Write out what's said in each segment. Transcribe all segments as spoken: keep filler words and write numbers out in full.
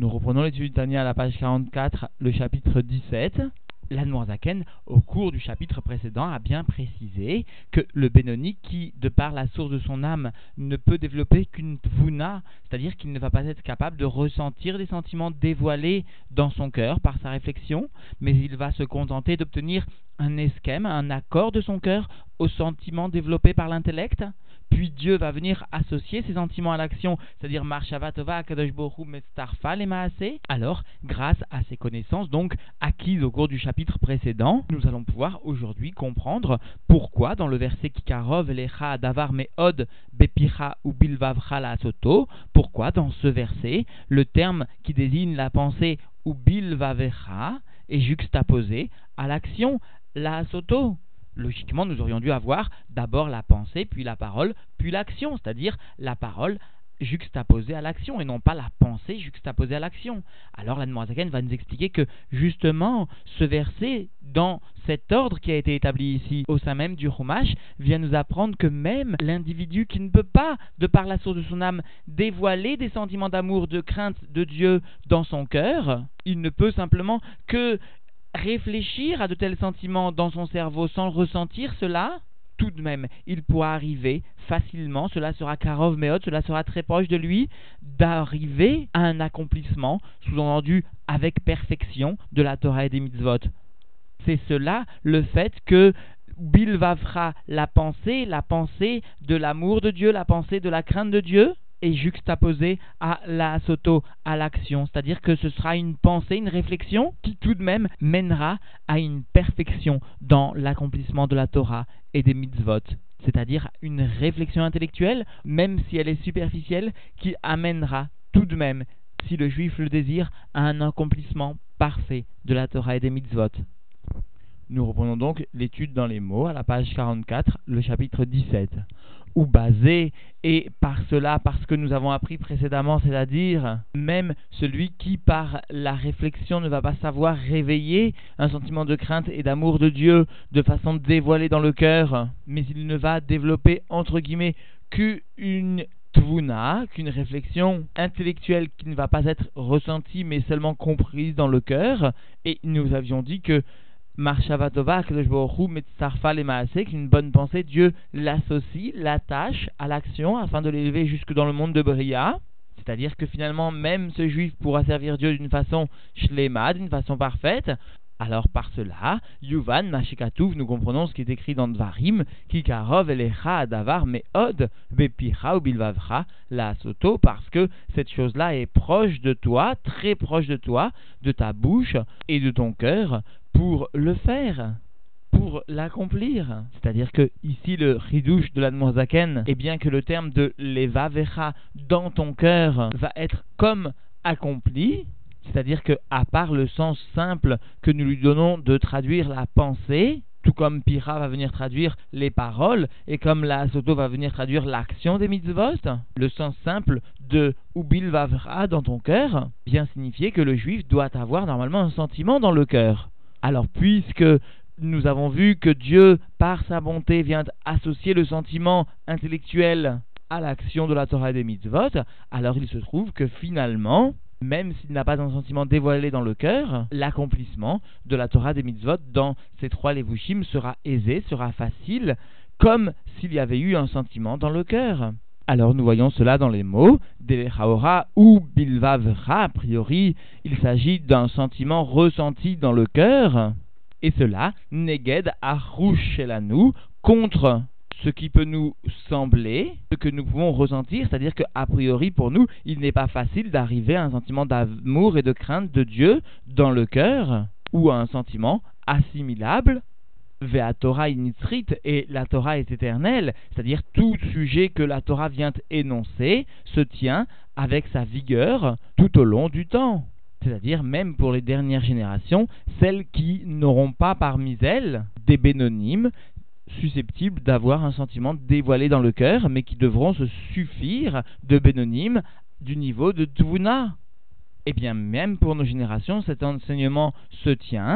Nous reprenons l'étude du Tanya à la page quarante-quatre, le chapitre dix-sept. L'Admor Zaken, au cours du chapitre précédent, a bien précisé que le Benoni, qui, de par la source de son âme, ne peut développer qu'une tvuna, c'est-à-dire qu'il ne va pas être capable de ressentir des sentiments dévoilés dans son cœur par sa réflexion, mais il va se contenter d'obtenir un esquème, un accord de son cœur aux sentiments développés par l'intellect. Puis Dieu va venir associer ces sentiments à l'action, c'est-à-dire Marshava Tova Akadosh Baruch Hu Metzarfa le Maaseh. Alors, grâce à ces connaissances donc acquises au cours du chapitre précédent, nous allons pouvoir aujourd'hui comprendre pourquoi dans le verset Kikarov Lecha Davar Meod Bepicha ou Bilvavcha la Soto, pourquoi dans ce verset le terme qui désigne la pensée ou Bilvavecha est juxtaposé à l'action la Soto. Logiquement, nous aurions dû avoir d'abord la pensée, puis la parole, puis l'action, c'est-à-dire la parole juxtaposée à l'action, et non pas la pensée juxtaposée à l'action. Alors l'Admor Zaken va nous expliquer que, justement, ce verset, dans cet ordre qui a été établi ici, au sein même du Chumash, vient nous apprendre que même l'individu qui ne peut pas, de par la source de son âme, dévoiler des sentiments d'amour, de crainte de Dieu dans son cœur, il ne peut simplement que réfléchir à de tels sentiments dans son cerveau sans le ressentir, cela, tout de même, il pourra arriver facilement, cela sera Karov Meod, cela sera très proche de lui, d'arriver à un accomplissement, sous-entendu avec perfection, de la Torah et des mitzvot. C'est cela, le fait que Bilvavra, la pensée, la pensée de l'amour de Dieu, la pensée de la crainte de Dieu, est juxtaposée à la soto, à l'action. C'est-à-dire que ce sera une pensée, une réflexion qui tout de même mènera à une perfection dans l'accomplissement de la Torah et des mitzvot. C'est-à-dire une réflexion intellectuelle, même si elle est superficielle, qui amènera tout de même, si le juif le désire, à un accomplissement parfait de la Torah et des mitzvot. Nous reprenons donc l'étude dans les mots à la page quarante-quatre, le chapitre dix-sept. Ou basé, et par cela, parce que nous avons appris précédemment, c'est-à-dire même celui qui par la réflexion ne va pas savoir réveiller un sentiment de crainte et d'amour de Dieu de façon dévoilée dans le cœur, mais il ne va développer entre guillemets qu'une tvuna, qu'une réflexion intellectuelle qui ne va pas être ressentie mais seulement comprise dans le cœur. Et nous avions dit que Marshava Tova Kadosh Baruch Hu Metzarfa le Maaseh, qu'une bonne pensée, Dieu l'associe, l'attache à l'action afin de l'élever jusque dans le monde de Bria. C'est-à-dire que finalement, même ce juif pourra servir Dieu d'une façon shlema, d'une façon parfaite. Alors par cela, Yuvan Mashikatuv, nous comprenons ce qui est écrit dans Dvarim, Kikarov Elecha Davar Meod Bepicha ou Bilvavra la Soto, parce que cette chose-là est proche de toi, très proche de toi, de ta bouche et de ton cœur, pour le faire, pour l'accomplir. C'est-à-dire que ici le chidouche de l'Admor Zaken est bien que le terme de levavecha dans ton cœur va être comme accompli, c'est-à-dire que à part le sens simple que nous lui donnons de traduire la pensée, tout comme Pira va venir traduire les paroles, et comme la Soto va venir traduire l'action des mitzvot, le sens simple de Ubil Vavra dans ton cœur vient signifier que le juif doit avoir normalement un sentiment dans le cœur. Alors, puisque nous avons vu que Dieu, par sa bonté, vient associer le sentiment intellectuel à l'action de la Torah et des mitzvot, alors il se trouve que finalement, même s'il n'a pas un sentiment dévoilé dans le cœur, l'accomplissement de la Torah des mitzvot dans ces trois levushim sera aisé, sera facile, comme s'il y avait eu un sentiment dans le cœur. Alors nous voyons cela dans les mots Delechaora ou Bilvavra. A priori, il s'agit d'un sentiment ressenti dans le cœur, et cela Neged Arouch Elanu, contre ce qui peut nous sembler, ce que nous pouvons ressentir, c'est-à-dire qu'a priori pour nous, il n'est pas facile d'arriver à un sentiment d'amour et de crainte de Dieu dans le cœur, ou à un sentiment assimilable. Vea Torah initzrit, et la Torah est éternelle, c'est-à-dire tout sujet que la Torah vient énoncer se tient avec sa vigueur tout au long du temps. C'est-à-dire même pour les dernières générations, celles qui n'auront pas parmi elles des bénonymes susceptibles d'avoir un sentiment dévoilé dans le cœur, mais qui devront se suffire de bénonymes du niveau de Tvuna. Et bien même pour nos générations, cet enseignement se tient,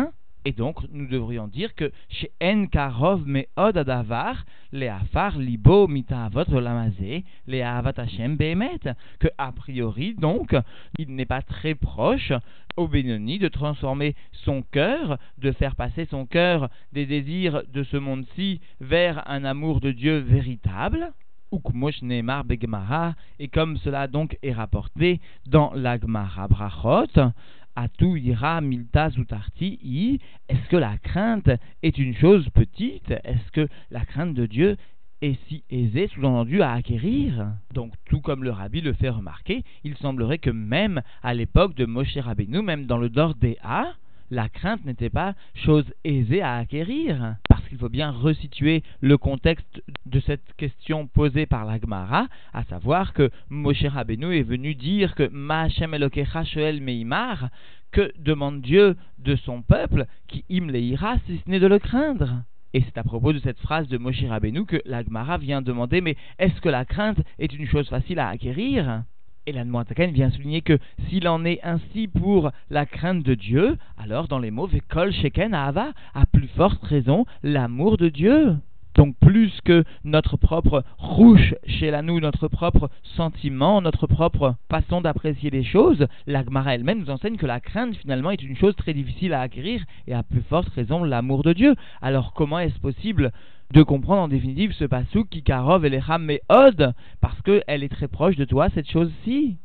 Et donc, nous devrions dire que chez En Karov Me'od Adavar, les Afar Libo Mitavot Olamazé, les Ahavat Hashem Behemet, que a priori, donc, il n'est pas très proche au Benoni de transformer son cœur, de faire passer son cœur des désirs de ce monde-ci vers un amour de Dieu véritable. Ukmosh Neemar Begmara, et comme cela donc est rapporté dans la Gemara Brachot, Atu ira milta zutarti i, est-ce que la crainte est une chose petite? Est-ce que la crainte de Dieu est si aisée, sous-entendu, à acquérir? Donc, tout comme le Rabbi le fait remarquer, il semblerait que même à l'époque de Moshe Rabbeinu, même dans le Dordéa, la crainte n'était pas chose aisée à acquérir. Parce qu'il faut bien resituer le contexte de cette question posée par la Gemara, à savoir que Moshe Rabbeinu est venu dire que Ma Hashem Elokecha Shoel Meimar, que demande Dieu de son peuple, qui im leira, si ce n'est de le craindre. Et c'est à propos de cette phrase de Moshe Rabbeinu que la Gemara vient demander, mais est-ce que la crainte est une chose facile à acquérir? Et la Noirzaken vient souligner que s'il en est ainsi pour la crainte de Dieu, alors dans les mots Vekol Sheken Ahava, à plus forte raison, l'amour de Dieu. Donc plus que notre propre rouche chez la nous, notre propre sentiment, notre propre façon d'apprécier les choses, la Gemara elle-même nous enseigne que la crainte finalement est une chose très difficile à acquérir et à plus forte raison l'amour de Dieu. Alors comment est-ce possible de comprendre en définitive ce passouk qui karov elecham me'od, parce qu'elle est très proche de toi, cette chose-ci.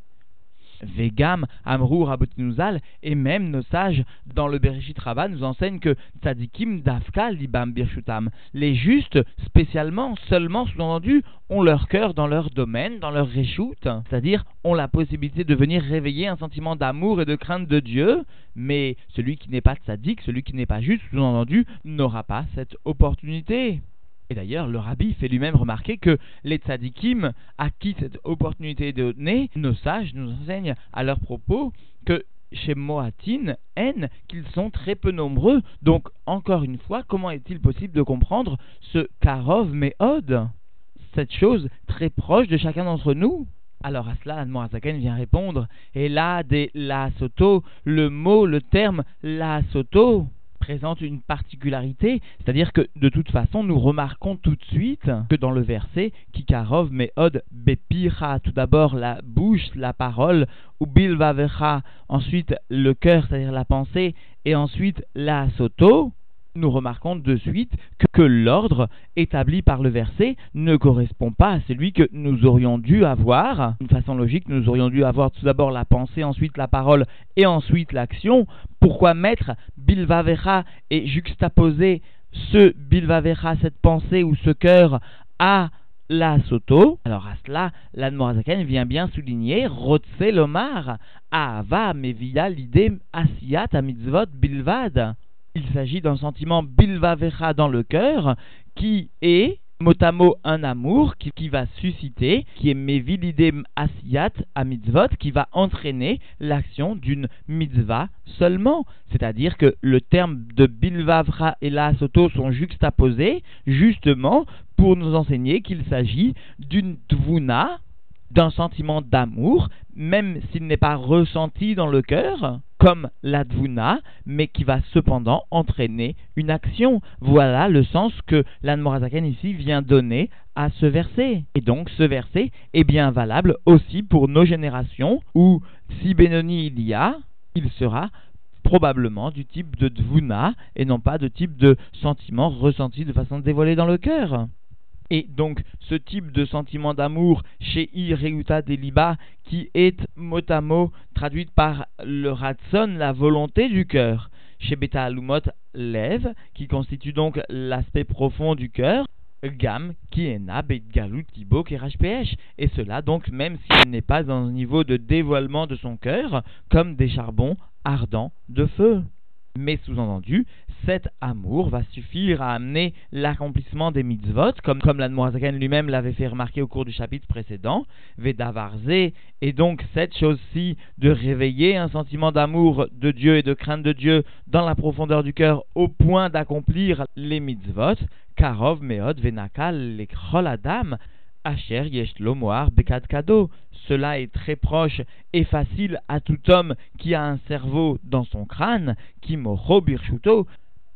Vegam, Amrou, Rabotinuzal, et même nos sages dans le Bereshit Rabbah nous enseignent que Tzadikim Dafka Libam Birshutam, les justes spécialement, seulement sous-entendu, ont leur cœur dans leur domaine, dans leur réchoute, c'est-à-dire ont la possibilité de venir réveiller un sentiment d'amour et de crainte de Dieu, mais celui qui n'est pas tzadik, celui qui n'est pas juste, sous-entendu, n'aura pas cette opportunité. Et d'ailleurs, le Rabbi fait lui-même remarquer que les tzadikim, à qui cette opportunité est donnée, nos sages nous enseignent à leur propos que chez Moatin, N, qu'ils sont très peu nombreux. Donc, encore une fois, comment est-il possible de comprendre ce Karov Me'od, cette chose très proche de chacun d'entre nous? Alors à cela, Admor Hazaken vient répondre, et là, des La Soto, le mot, le terme La Soto présente une particularité, c'est-à-dire que de toute façon nous remarquons tout de suite que dans le verset Kikarov Me'od Bepira, tout d'abord la bouche, la parole, ou Bilvavecha, ensuite le cœur, c'est-à-dire la pensée, et ensuite la soto, nous remarquons de suite que, que l'ordre établi par le verset ne correspond pas à celui que nous aurions dû avoir. D'une façon logique, nous aurions dû avoir tout d'abord la pensée, ensuite la parole et ensuite l'action. Pourquoi mettre Bilvavecha et juxtaposer ce Bilvavecha, cette pensée ou ce cœur, à la soto? Alors à cela, l'Admor Hazaken vient bien souligner Rotse Lomar Ahava Mevia l'idée Asiyat Amitzvot Bilvad. Il s'agit d'un sentiment bilvavecha dans le cœur qui est mot à mot un amour qui, qui va susciter, qui est mevilidem asiyat à mitzvot, qui va entraîner l'action d'une mitzvah seulement. C'est-à-dire que le terme de bilvavra et la soto sont juxtaposés justement pour nous enseigner qu'il s'agit d'une tvuna, d'un sentiment d'amour, même s'il n'est pas ressenti dans le cœur, comme la dvuna, mais qui va cependant entraîner une action. Voilà le sens que l'Admor Hazaken ici vient donner à ce verset. Et donc ce verset est bien valable aussi pour nos générations, où si Benoni il y a, il sera probablement du type de dvuna, et non pas de type de sentiment ressenti de façon dévoilée dans le cœur. Et donc, ce type de sentiment d'amour chez I Reuta Deliba, qui est mot à mot traduite par le Ratson, la volonté du cœur, chez Beta Alumot Lev, qui constitue donc l'aspect profond du cœur, Gam, Kiena, Bet Galut, Tibo, Kerash Pesh, et cela donc même s'il n'est pas dans un niveau de dévoilement de son cœur, comme des charbons ardents de feu. Mais sous-entendu, cet amour va suffire à amener l'accomplissement des mitzvot, comme, comme l'Admor Hazaken lui-même l'avait fait remarquer au cours du chapitre précédent, Vedavarze, et donc cette chose-ci de réveiller un sentiment d'amour de Dieu et de crainte de Dieu dans la profondeur du cœur au point d'accomplir les mitzvot, Karov Meod Venakal Lekrol Adam, Asher Yeshlo Moar Bekad Kado. Cela est très proche et facile à tout homme qui a un cerveau dans son crâne, qui Mocho Birshuto,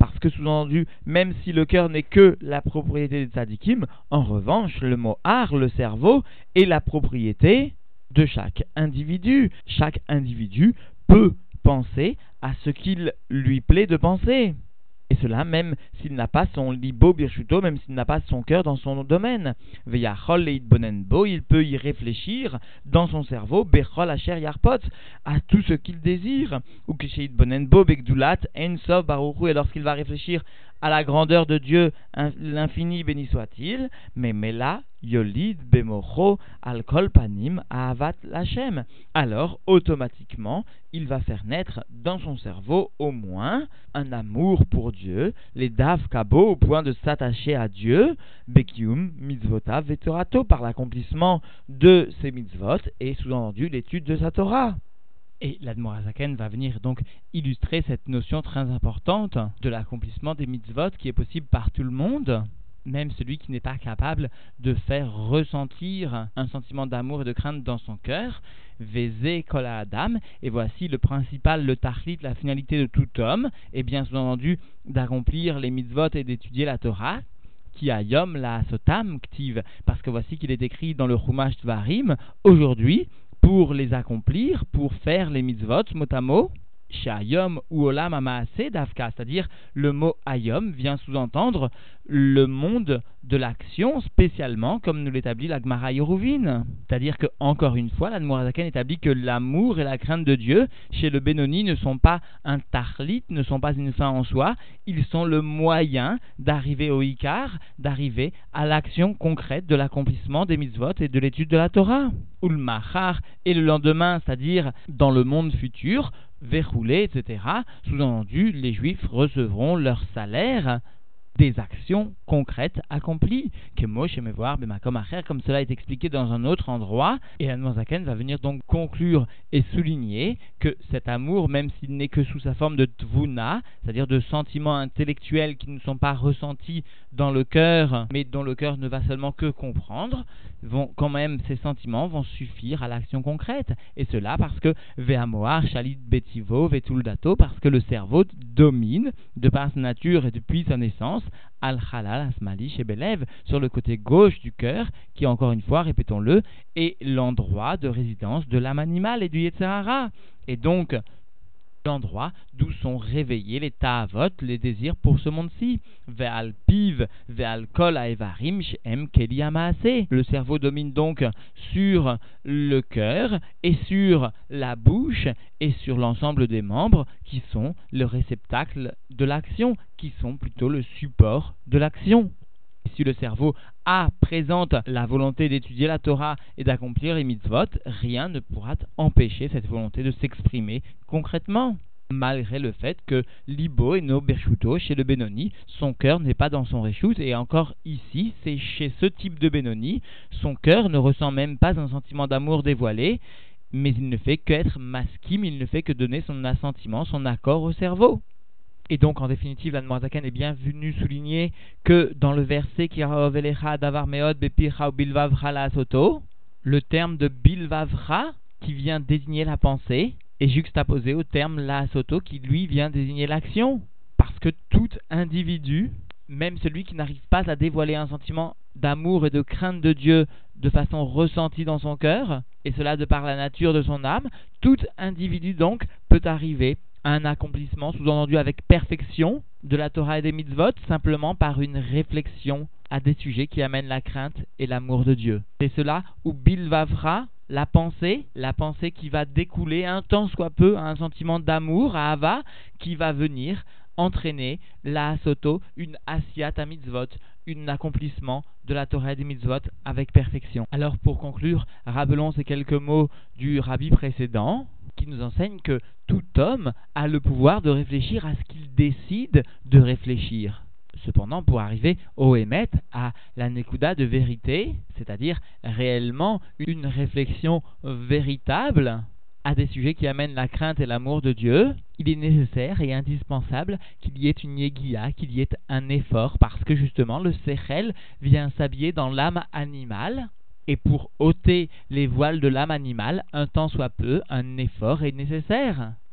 Parce que sous-entendu, même si le cœur n'est que la propriété des tzadikim, en revanche, le mohar, le cerveau, est la propriété de chaque individu. Chaque individu peut penser à ce qu'il lui plaît de penser. Et cela même s'il n'a pas son libo birshuto, même s'il n'a pas son cœur dans son domaine. Veyachol leitbonenbo, il peut y réfléchir dans son cerveau, bechol asher yarpot, à tout ce qu'il désire. Ou kisheitbonenbo begdulat ensov baruchu, et lorsqu'il va réfléchir à la grandeur de Dieu, l'infini béni soit-il, mais mela yolid bemocho al kol panim ahavat lachem. Alors, automatiquement, il va faire naître dans son cerveau au moins un amour pour Dieu, les dav kabo au point de s'attacher à Dieu, bekium mitzvotav vetorato, par l'accomplissement de ses mitzvot et sous-entendu l'étude de sa Torah. Et l'Admor HaZaken va venir donc illustrer cette notion très importante de l'accomplissement des mitzvot qui est possible par tout le monde, même celui qui n'est pas capable de faire ressentir un sentiment d'amour et de crainte dans son cœur. Vézé kol Adam, et voici le principal, le tachlit, la finalité de tout homme, et bien sous-entendu d'accomplir les mitzvot et d'étudier la Torah, qui a yom la sotam ktiv, parce que voici qu'il est écrit dans le Chumash Dvarim, aujourd'hui, pour les accomplir, pour faire les mitzvot, mot à mot, Shayom ou Olam Amaase Davka, c'est-à-dire le mot Ayom vient sous-entendre le monde de l'action, spécialement comme nous l'établit la Gemara Yoruvin. C'est-à-dire que, encore une fois, l'Admor HaZaken établit que l'amour et la crainte de Dieu chez le Benoni ne sont pas un tachlit, ne sont pas une fin en soi, ils sont le moyen d'arriver au Ikar, d'arriver à l'action concrète de l'accomplissement des mitzvot et de l'étude de la Torah. Ul Machar, et le lendemain, c'est-à-dire dans le monde futur, verroulé, et cetera. Sous-entendu, les Juifs recevront leur salaire des actions concrètes accomplies, que Moshe me voir bemakom acher, comme cela est expliqué dans un autre endroit. Et l'Admor HaZaken va venir donc conclure et souligner que cet amour, même s'il n'est que sous sa forme de tvuna, c'est-à-dire de sentiments intellectuels qui ne sont pas ressentis dans le cœur, mais dont le cœur ne va seulement que comprendre, vont quand même, ces sentiments vont suffire à l'action concrète. Et cela parce que ve'amoar shalit betivo ve'tuldato, parce que le cerveau domine, de par sa nature et depuis sa naissance, al-halal asmali shebelev, sur le côté gauche du cœur, qui encore une fois, répétons-le, est l'endroit de résidence de l'âme animale et du Yetzer Hara. Et donc, l'endroit d'où sont réveillés les ta'avot, les désirs pour ce monde-ci. Ve'al piv, ve'al kol ha'evarim she'em keli ha'maaseh. Le cerveau domine donc sur le cœur et sur la bouche et sur l'ensemble des membres qui sont le réceptacle de l'action, qui sont plutôt le support de l'action. Si le cerveau a présente la volonté d'étudier la Torah et d'accomplir les mitzvot, rien ne pourra empêcher cette volonté de s'exprimer concrètement. Malgré le fait que Libo et no Bershuto, chez le Benoni, son cœur n'est pas dans son Reshut, et encore ici, c'est chez ce type de Benoni, son cœur ne ressent même pas un sentiment d'amour dévoilé, mais il ne fait qu'être maskim, il ne fait que donner son assentiment, son accord au cerveau. Et donc, en définitive, l'Admor HaZaken est bien venu souligner que dans le verset qui Velecha davar meod bepircha ou bilvavra la soto, le terme de bilvavra, qui vient désigner la pensée, est juxtaposé au terme la soto, qui lui vient désigner l'action. Parce que tout individu, même celui qui n'arrive pas à dévoiler un sentiment d'amour et de crainte de Dieu de façon ressentie dans son cœur, et cela de par la nature de son âme, tout individu donc peut arriver à un accomplissement, sous-entendu avec perfection, de la Torah et des mitzvot, simplement par une réflexion à des sujets qui amènent la crainte et l'amour de Dieu. C'est cela où bilvavra, la pensée, la pensée qui va découler un tant soit peu à un sentiment d'amour, à Hava, qui va venir entraîner la soto, une asiyat à mitzvot, un accomplissement de la Torah et des mitzvot avec perfection. Alors pour conclure, rappelons ces quelques mots du rabbi précédent qui nous enseigne que tout homme a le pouvoir de réfléchir à ce qu'il décide de réfléchir. Cependant, pour arriver au émet, à la nekuda de vérité, c'est-à-dire réellement une réflexion véritable à des sujets qui amènent la crainte et l'amour de Dieu, il est nécessaire et indispensable qu'il y ait une yegia, qu'il y ait un effort, parce que justement le sechel vient s'habiller dans l'âme animale, et pour ôter les voiles de l'âme animale, un tant soit peu, un effort est nécessaire.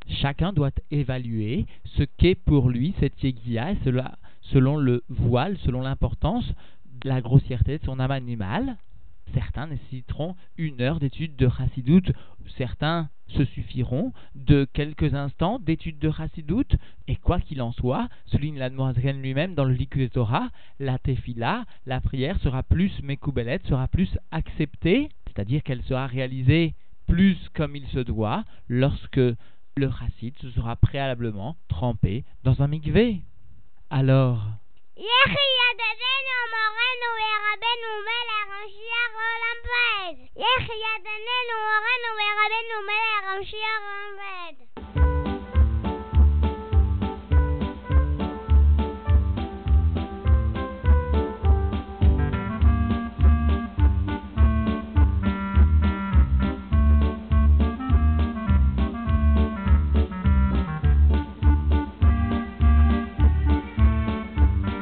chacun doit évaluer ce qu'est pour lui cette yegia, et cela selon le voile, selon l'importance de la grossièreté de son âme animale. Certains nécessiteront une heure d'étude de Chassidut, certains se suffiront de quelques instants d'étude de Chassidut, et quoi qu'il en soit, souligne l'Admorazaken lui-même dans le Likutei Torah, la tefila, la prière sera plus mekoubelet, sera plus acceptée, c'est-à-dire qu'elle sera réalisée plus comme il se doit lorsque le chassid se sera préalablement trempé dans un mikvé. Alors, Yechiadadenu morenu verabenu melech Mashiach olam vaed. Yechiadadenu morenu verabenu melech Mashiach olam vaed.